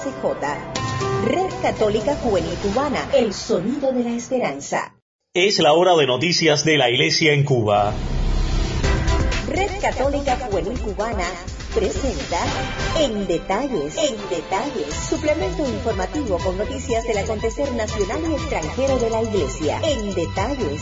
Red Católica Juvenil Cubana, el sonido de la esperanza. Es la hora de noticias de la Iglesia en Cuba. Red Católica Juvenil Cubana presenta En Detalles, suplemento informativo con noticias del acontecer nacional y extranjero de la Iglesia. En Detalles.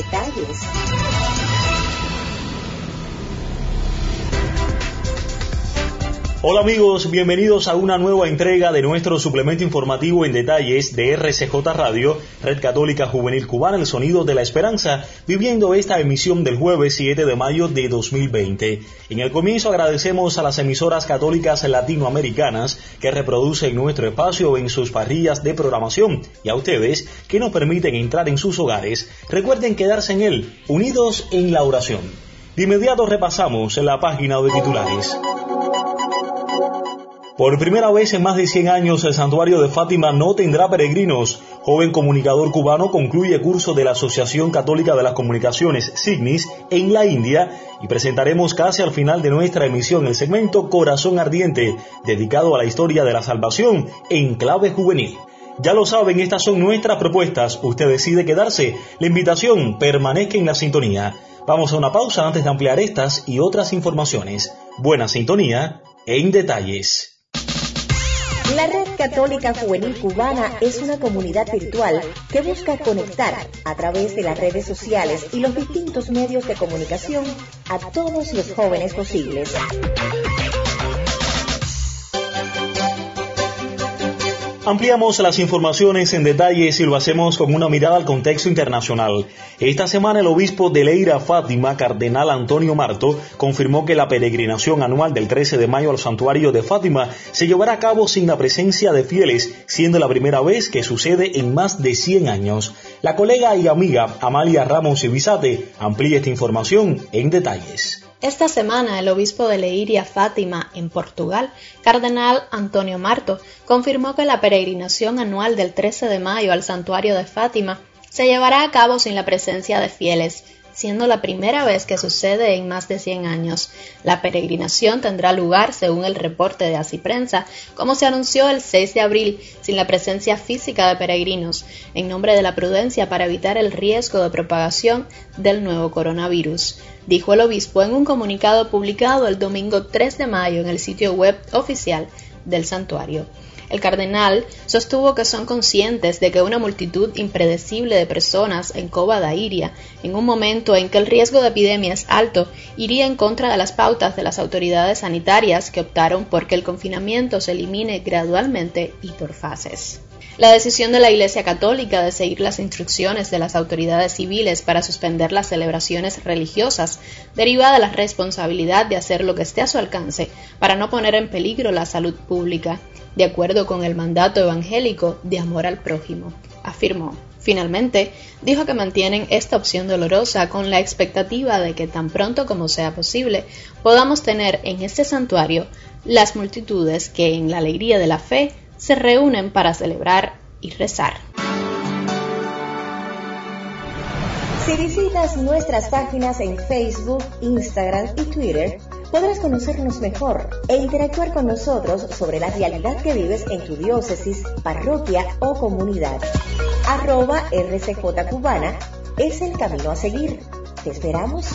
Hola amigos, bienvenidos a una nueva entrega de nuestro suplemento informativo En Detalles de RCJ Radio, Red Católica Juvenil Cubana, el sonido de la esperanza, viviendo esta emisión del jueves 7 de mayo de 2020. En el comienzo agradecemos a las emisoras católicas latinoamericanas que reproducen nuestro espacio en sus parrillas de programación y a ustedes que nos permiten entrar en sus hogares. Recuerden quedarse en él, unidos en la oración. De inmediato repasamos la página de titulares. Por primera vez en más de 100 años, el Santuario de Fátima no tendrá peregrinos. Joven comunicador cubano concluye curso de la Asociación Católica de las Comunicaciones, SIGNIS, en la India, y presentaremos casi al final de nuestra emisión el segmento Corazón Ardiente, dedicado a la historia de la salvación en clave juvenil. Ya lo saben, estas son nuestras propuestas. Usted decide quedarse. La invitación, permanezca en la sintonía. Vamos a una pausa antes de ampliar estas y otras informaciones. Buena sintonía, En Detalles. La Red Católica Juvenil Cubana es una comunidad virtual que busca conectar a través de las redes sociales y los distintos medios de comunicación a todos los jóvenes posibles. Ampliamos las informaciones en detalles y lo hacemos con una mirada al contexto internacional. Esta semana el obispo de Leira, Fátima, cardenal Antonio Marto, confirmó que la peregrinación anual del 13 de mayo al santuario de Fátima se llevará a cabo sin la presencia de fieles, siendo la primera vez que sucede en más de 100 años. La colega y amiga Amalia Ramos Ibizate amplía esta información en detalles. Esta semana, el obispo de Leiria, Fátima, en Portugal, cardenal Antonio Marto, confirmó que la peregrinación anual del 13 de mayo al santuario de Fátima se llevará a cabo sin la presencia de fieles, siendo la primera vez que sucede en más de 100 años. La peregrinación tendrá lugar, según el reporte de Asiprensa, como se anunció el 6 de abril, sin la presencia física de peregrinos, en nombre de la prudencia para evitar el riesgo de propagación del nuevo coronavirus, dijo el obispo en un comunicado publicado el domingo 3 de mayo en el sitio web oficial del santuario. El cardenal sostuvo que son conscientes de que una multitud impredecible de personas en Cova da Iria, en un momento en que el riesgo de epidemia es alto, iría en contra de las pautas de las autoridades sanitarias que optaron por que el confinamiento se elimine gradualmente y por fases. La decisión de la Iglesia Católica de seguir las instrucciones de las autoridades civiles para suspender las celebraciones religiosas deriva de la responsabilidad de hacer lo que esté a su alcance para no poner en peligro la salud pública, de acuerdo con el mandato evangélico de amor al prójimo, afirmó. Finalmente, dijo que mantienen esta opción dolorosa con la expectativa de que tan pronto como sea posible podamos tener en este santuario las multitudes que en la alegría de la fe se reúnen para celebrar y rezar. Si visitas nuestras páginas en Facebook, Instagram y Twitter, podrás conocernos mejor e interactuar con nosotros sobre la realidad que vives en tu diócesis, parroquia o comunidad. @RCJ Cubana es el camino a seguir. ¿Te esperamos?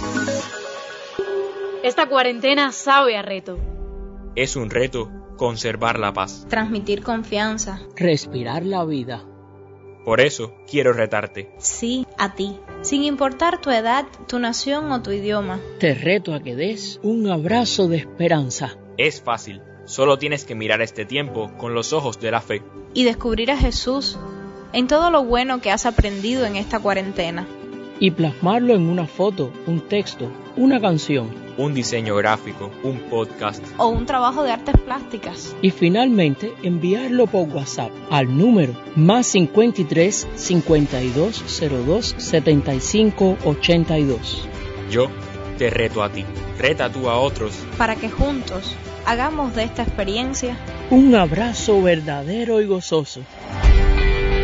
Esta cuarentena sabe a reto. Es un reto conservar la paz. Transmitir confianza. Respirar la vida. Por eso quiero retarte. Sí, a ti. Sin importar tu edad, tu nación o tu idioma. Te reto a que des un abrazo de esperanza. Es fácil. Solo tienes que mirar este tiempo con los ojos de la fe. Y descubrir a Jesús en todo lo bueno que has aprendido en esta cuarentena. Y plasmarlo en una foto, un texto, una canción, un diseño gráfico, un podcast o un trabajo de artes plásticas. Y finalmente enviarlo por WhatsApp al número +53 52 02 75 82. Yo te reto a ti, reta tú a otros, para que juntos hagamos de esta experiencia un abrazo verdadero y gozoso.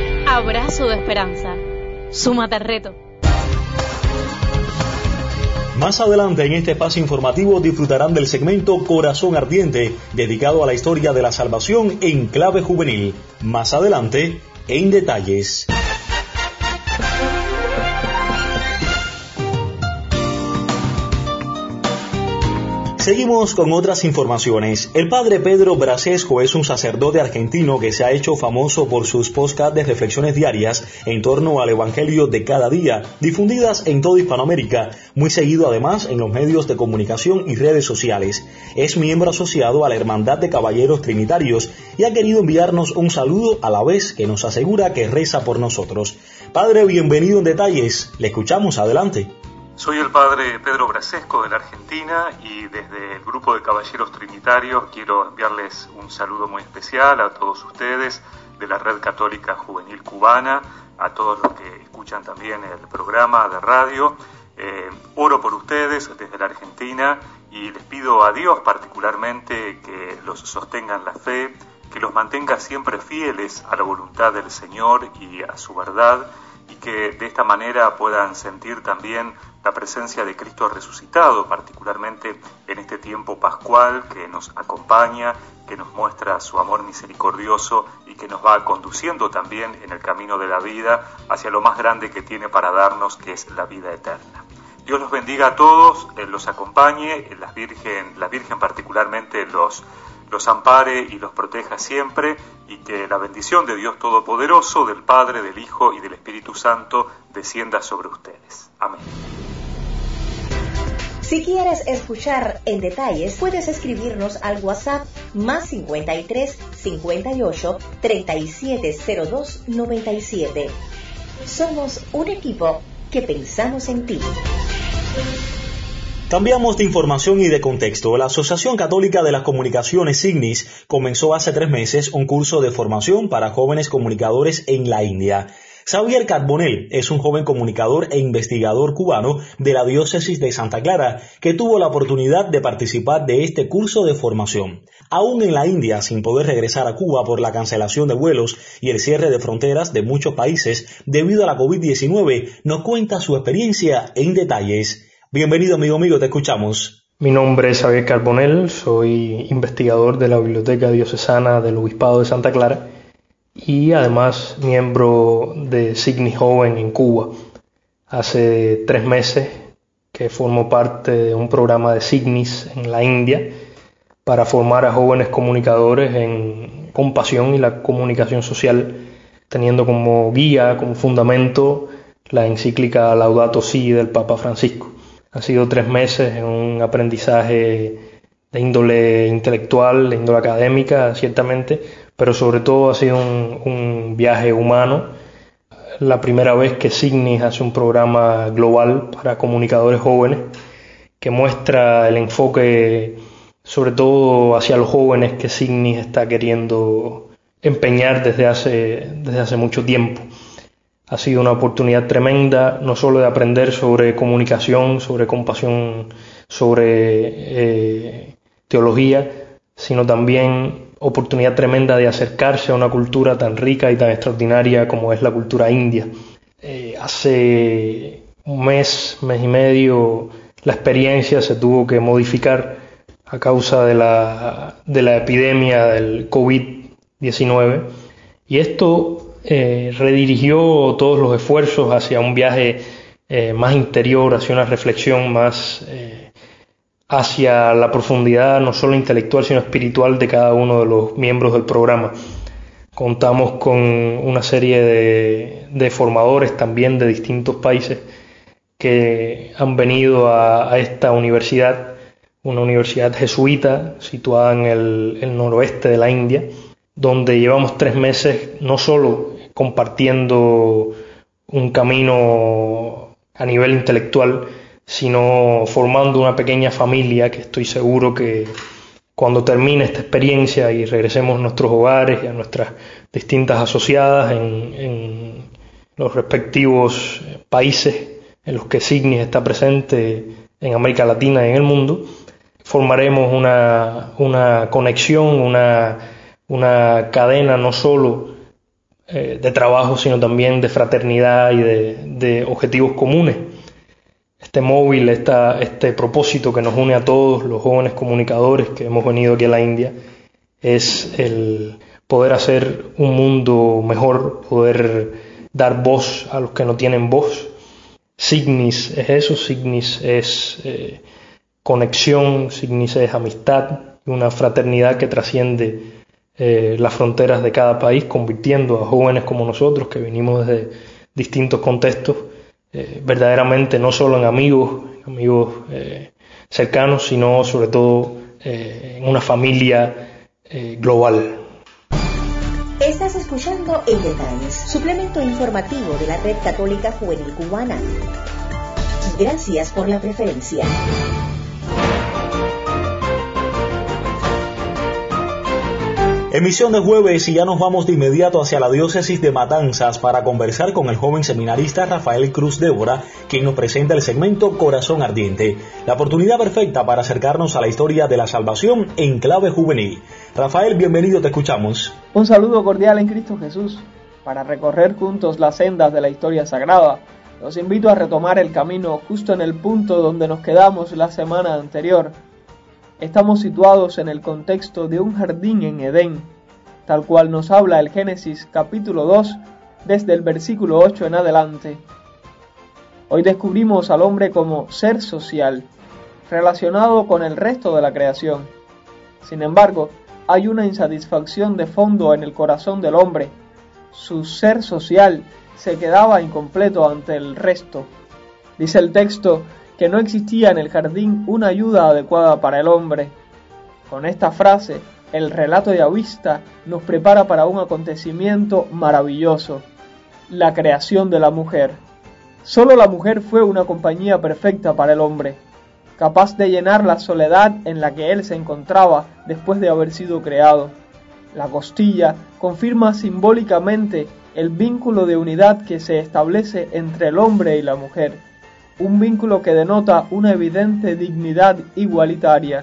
Abrazo de esperanza. Súmate al reto. Más adelante en este espacio informativo disfrutarán del segmento Corazón Ardiente, dedicado a la historia de la salvación en clave juvenil. Más adelante, en detalles. Seguimos con otras informaciones. El padre Pedro Brasesco es un sacerdote argentino que se ha hecho famoso por sus podcasts de reflexiones diarias en torno al Evangelio de cada día, difundidas en toda Hispanoamérica, muy seguido además en los medios de comunicación y redes sociales. Es miembro asociado a la Hermandad de Caballeros Trinitarios y ha querido enviarnos un saludo a la vez que nos asegura que reza por nosotros. Padre, bienvenido en Detalles. Le escuchamos, adelante. Soy el padre Pedro Brasesco de la Argentina y desde el grupo de Caballeros Trinitarios quiero enviarles un saludo muy especial a todos ustedes de la Red Católica Juvenil Cubana, a todos los que escuchan también el programa de radio. Oro por ustedes desde la Argentina y les pido a Dios particularmente que los sostenga en la fe, que los mantenga siempre fieles a la voluntad del Señor y a su verdad, y que de esta manera puedan sentir también la presencia de Cristo resucitado, particularmente en este tiempo pascual que nos acompaña, que nos muestra su amor misericordioso y que nos va conduciendo también en el camino de la vida hacia lo más grande que tiene para darnos, que es la vida eterna. Dios los bendiga a todos, los acompañe, la Virgen particularmente los ampare y los proteja siempre, y que la bendición de Dios Todopoderoso, del Padre, del Hijo y del Espíritu Santo descienda sobre ustedes. Amén. Si quieres escuchar en detalles, puedes escribirnos al WhatsApp más 53 58 37 02 97. Somos un equipo que pensamos en ti. Cambiamos de información y de contexto. La Asociación Católica de las Comunicaciones Signis comenzó hace 3 meses un curso de formación para jóvenes comunicadores en la India. Xavier Carbonell es un joven comunicador e investigador cubano de la diócesis de Santa Clara que tuvo la oportunidad de participar de este curso de formación. Aún en la India, sin poder regresar a Cuba por la cancelación de vuelos y el cierre de fronteras de muchos países debido a la COVID-19, nos cuenta su experiencia en detalles. Bienvenido, amigo, te escuchamos. Mi nombre es Xavier Carbonell, soy investigador de la Biblioteca Diocesana del Obispado de Santa Clara y además miembro de Signis Joven en Cuba. Hace 3 meses que formo parte de un programa de Signis en la India para formar a jóvenes comunicadores en compasión y la comunicación social, teniendo como guía, como fundamento, la encíclica Laudato Si del Papa Francisco. Han sido 3 meses en un aprendizaje de índole intelectual, de índole académica, ciertamente, pero sobre todo ha sido un viaje humano. La primera vez que Signis hace un programa global para comunicadores jóvenes que muestra el enfoque sobre todo hacia los jóvenes que Signis está queriendo empeñar desde hace mucho tiempo. Ha sido una oportunidad tremenda, no solo de aprender sobre comunicación, sobre compasión, sobre teología, sino también oportunidad tremenda de acercarse a una cultura tan rica y tan extraordinaria como es la cultura india. Hace un mes y medio, la experiencia se tuvo que modificar a causa de la epidemia del COVID-19, y esto redirigió todos los esfuerzos hacia un viaje más interior, hacia una reflexión más hacia la profundidad no solo intelectual sino espiritual de cada uno de los miembros del programa. Contamos con una serie de formadores también de distintos países que han venido a esta universidad, una universidad jesuita situada en el noroeste de la India, donde llevamos 3 meses no solo compartiendo un camino a nivel intelectual, sino formando una pequeña familia que estoy seguro que cuando termine esta experiencia y regresemos a nuestros hogares y a nuestras distintas asociadas en los respectivos países en los que Signis está presente en América Latina y en el mundo, formaremos una conexión, una cadena no solo de trabajo, sino también de fraternidad y de objetivos comunes. móvil, este propósito que nos une a todos los jóvenes comunicadores que hemos venido aquí a la India, es el poder hacer un mundo mejor, poder dar voz a los que no tienen voz. Signis es eso, Signis es conexión, Signis es amistad, una fraternidad que trasciende las fronteras de cada país, convirtiendo a jóvenes como nosotros, que venimos desde distintos contextos, verdaderamente no solo en amigos cercanos, sino sobre todo en una familia global. Estás escuchando En Detalles, suplemento informativo de la Red Católica Juvenil Cubana. Gracias por la preferencia. Emisión de jueves y ya nos vamos de inmediato hacia la diócesis de Matanzas para conversar con el joven seminarista Rafael Cruz Débora, quien nos presenta el segmento Corazón Ardiente, la oportunidad perfecta para acercarnos a la historia de la salvación en clave juvenil. Rafael, bienvenido, te escuchamos. Un saludo cordial en Cristo Jesús. Para recorrer juntos las sendas de la historia sagrada, los invito a retomar el camino justo en el punto donde nos quedamos la semana anterior. Estamos situados en el contexto de un jardín en Edén, tal cual nos habla el Génesis capítulo 2, desde el versículo 8 en adelante. Hoy descubrimos al hombre como ser social, relacionado con el resto de la creación. Sin embargo, hay una insatisfacción de fondo en el corazón del hombre. Su ser social se quedaba incompleto ante el resto. Dice el texto que no existía en el jardín una ayuda adecuada para el hombre. Con esta frase, el relato yahvista nos prepara para un acontecimiento maravilloso, la creación de la mujer. Solo la mujer fue una compañía perfecta para el hombre, capaz de llenar la soledad en la que él se encontraba después de haber sido creado. La costilla confirma simbólicamente el vínculo de unidad que se establece entre el hombre y la mujer, un vínculo que denota una evidente dignidad igualitaria.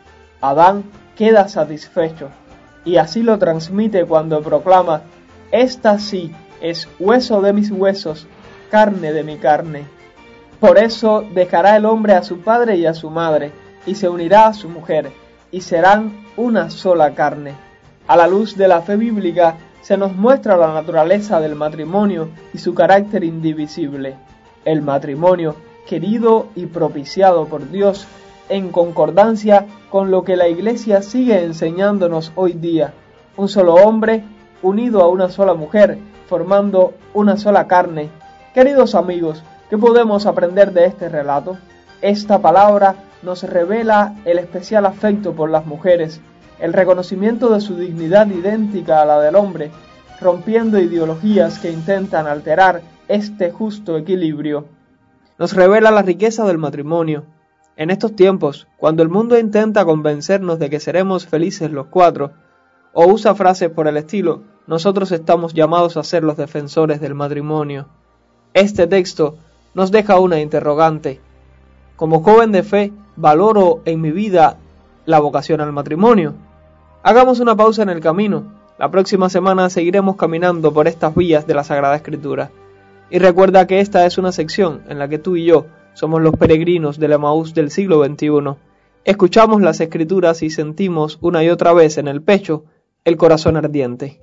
Adán queda satisfecho, y así lo transmite cuando proclama: «Esta sí es hueso de mis huesos, carne de mi carne». Por eso dejará el hombre a su padre y a su madre, y se unirá a su mujer, y serán una sola carne. A la luz de la fe bíblica se nos muestra la naturaleza del matrimonio y su carácter indivisible. El matrimonio, querido y propiciado por Dios, en concordancia con lo que la Iglesia sigue enseñándonos hoy día. Un solo hombre unido a una sola mujer, formando una sola carne. Queridos amigos, ¿qué podemos aprender de este relato? Esta palabra nos revela el especial afecto por las mujeres, el reconocimiento de su dignidad idéntica a la del hombre, rompiendo ideologías que intentan alterar este justo equilibrio. Nos revela la riqueza del matrimonio. En estos tiempos, cuando el mundo intenta convencernos de que seremos felices los cuatro, o usa frases por el estilo, nosotros estamos llamados a ser los defensores del matrimonio. Este texto nos deja una interrogante. Como joven de fe, ¿valoro en mi vida la vocación al matrimonio? Hagamos una pausa en el camino. La próxima semana seguiremos caminando por estas vías de la Sagrada Escritura. Y recuerda que esta es una sección en la que tú y yo somos los peregrinos del Emaús del siglo XXI. Escuchamos las Escrituras y sentimos una y otra vez en el pecho el corazón ardiente.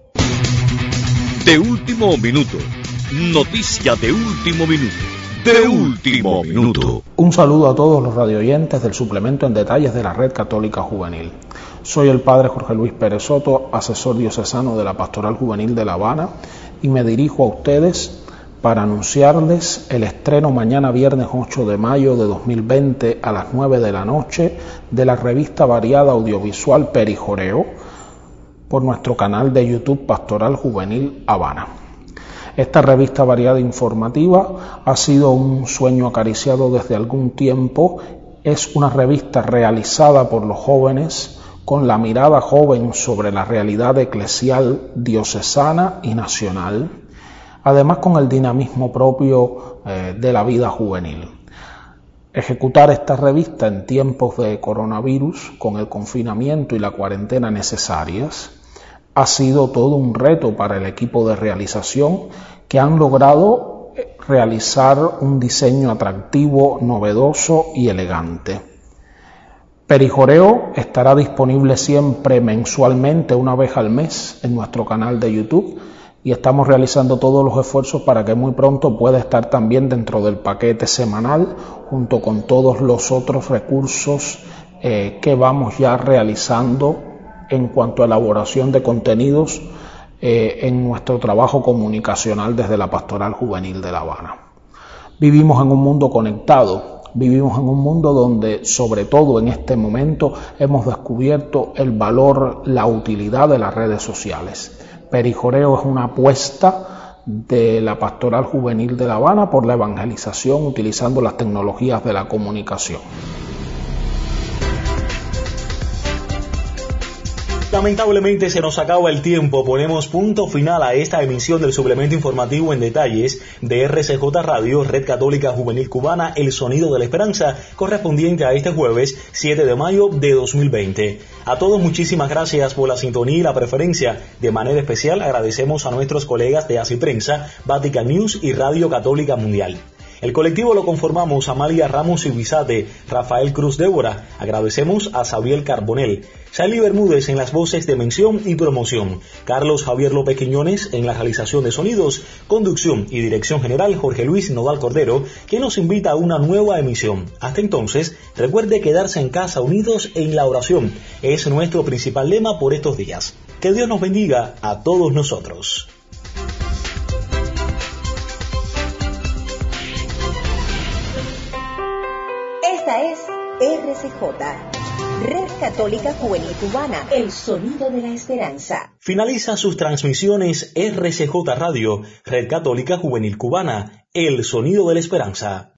De último minuto. Noticia de último minuto. De último minuto. Un saludo a todos los radioyentes del suplemento En Detalles de la Red Católica Juvenil. Soy el padre Jorge Luis Pérez Soto, asesor diocesano de la Pastoral Juvenil de La Habana, y me dirijo a ustedes para anunciarles el estreno mañana viernes 8 de mayo de 2020 a las 9 de la noche de la revista variada audiovisual Perijoreo por nuestro canal de YouTube Pastoral Juvenil Habana. Esta revista variada informativa ha sido un sueño acariciado desde algún tiempo. Es una revista realizada por los jóvenes con la mirada joven sobre la realidad eclesial diocesana y nacional, además con el dinamismo propio de la vida juvenil. Ejecutar esta revista en tiempos de coronavirus, con el confinamiento y la cuarentena necesarias, ha sido todo un reto para el equipo de realización, que han logrado realizar un diseño atractivo, novedoso y elegante. Perijoreo estará disponible siempre mensualmente, una vez al mes, en nuestro canal de YouTube, y estamos realizando todos los esfuerzos para que muy pronto pueda estar también dentro del paquete semanal, junto con todos los otros recursos que vamos ya realizando en cuanto a elaboración de contenidos en nuestro trabajo comunicacional desde la Pastoral Juvenil de La Habana. Vivimos en un mundo conectado. Vivimos en un mundo donde, sobre todo en este momento, hemos descubierto el valor, la utilidad de las redes sociales. Perijoreo es una apuesta de la Pastoral Juvenil de La Habana por la evangelización utilizando las tecnologías de la comunicación. Lamentablemente se nos acaba el tiempo. Ponemos punto final a esta emisión del suplemento informativo En Detalles de RCJ Radio, Red Católica Juvenil Cubana, El Sonido de la Esperanza, correspondiente a este jueves 7 de mayo de 2020. A todos muchísimas gracias por la sintonía y la preferencia. De manera especial agradecemos a nuestros colegas de Así Prensa, Vatican News y Radio Católica Mundial. El colectivo lo conformamos Amalia Ramos y Bizate, Rafael Cruz Débora. Agradecemos a Xavier Carbonell, Sally Bermúdez en las voces de mención y promoción, Carlos Javier López Quiñones en la realización de sonidos, conducción y dirección general Jorge Luis Nodal Cordero, quien nos invita a una nueva emisión. Hasta entonces, recuerde quedarse en casa unidos en la oración. Es nuestro principal lema por estos días. Que Dios nos bendiga a todos nosotros. Esta es RCJ, Red Católica Juvenil Cubana, El Sonido de la Esperanza. Finaliza sus transmisiones RCJ Radio, Red Católica Juvenil Cubana, El Sonido de la Esperanza.